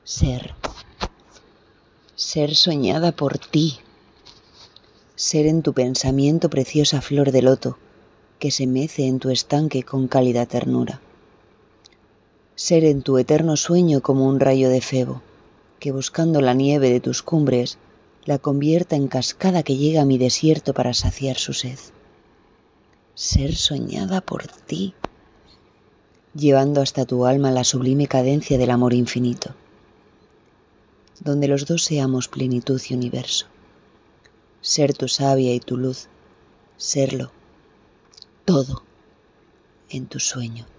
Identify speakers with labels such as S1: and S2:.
S1: Ser. Ser soñada por ti. Ser en tu pensamiento preciosa flor de loto que se mece en tu estanque con cálida ternura. Ser en tu eterno sueño como un rayo de Febo que buscando la nieve de tus cumbres la convierta en cascada que llega a mi desierto para saciar su sed. Ser soñada por ti, llevando hasta tu alma la sublime cadencia del amor infinito, donde los dos seamos plenitud y universo. Ser tu savia y tu luz, serlo, todo en tu sueño.